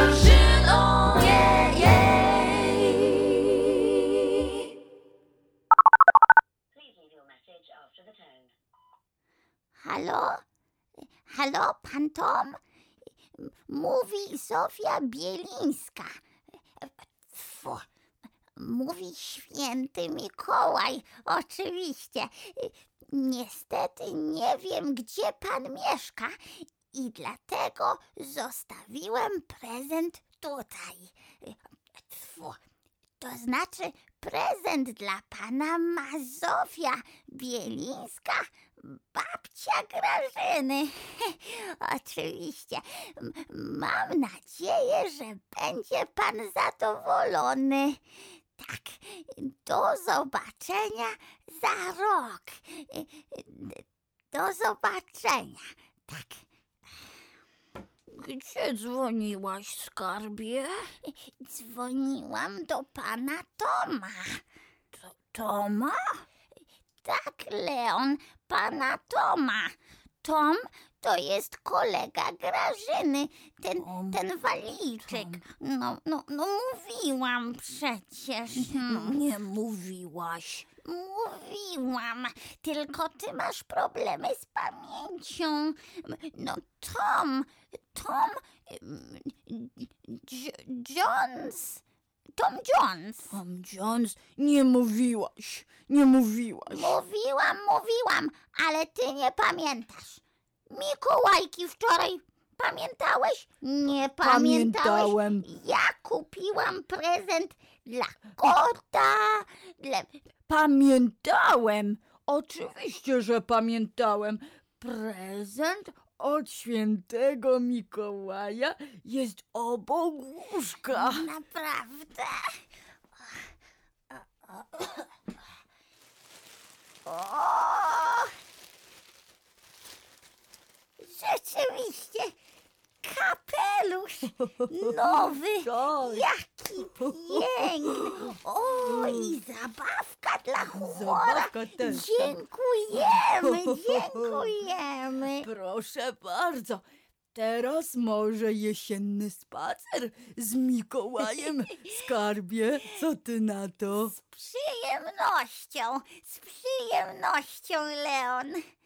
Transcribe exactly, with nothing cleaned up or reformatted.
Grażyną, jej, jej. Halo? Halo, pan Tom? Mówi Zofia Bielińska. Fu. Mówi święty Mikołaj, oczywiście. Niestety nie wiem, gdzie pan mieszka i dlatego zostawiłem prezent tutaj. Fu. To znaczy prezent dla pana ma Zofia Bielińska, babcia Grażyny. Oczywiście. M- Mam nadzieję, że będzie pan zadowolony. Tak, do zobaczenia za rok. Do zobaczenia. Tak. Gdzie dzwoniłaś, skarbie? Dzwoniłam do pana Toma. To, Toma? Tak, Leon, pana Toma. Tom to jest kolega Grażyny, ten, Tom, ten walijczyk. Tom. No, no, no mówiłam przecież. Hmm. Nie mówiłaś. Mówiłam, tylko ty masz problemy z pamięcią. No Tom, Tom mm, J- Jones, Tom Jones. Tom Jones, nie mówiłaś. Nie mówiłaś. Mówiłam, mówiłam, ale ty nie pamiętasz. Mikołajki wczoraj pamiętałeś? Nie pamiętałeś? Pamiętałem. Ja kupiłam prezent dla kota, dla... Pamiętałem. Oczywiście, że pamiętałem. Prezent od świętego Mikołaja jest obok łóżka. Naprawdę? O! Rzeczywiście, kapelusz nowy, Tak. jaki piękny. O, i zabawka dla chłora. Zabawka też. Dziękujemy, dziękujemy. Proszę bardzo. Teraz może jesienny spacer z Mikołajem, skarbie. Co ty na to? Z przyjemnością, z przyjemnością, Leon.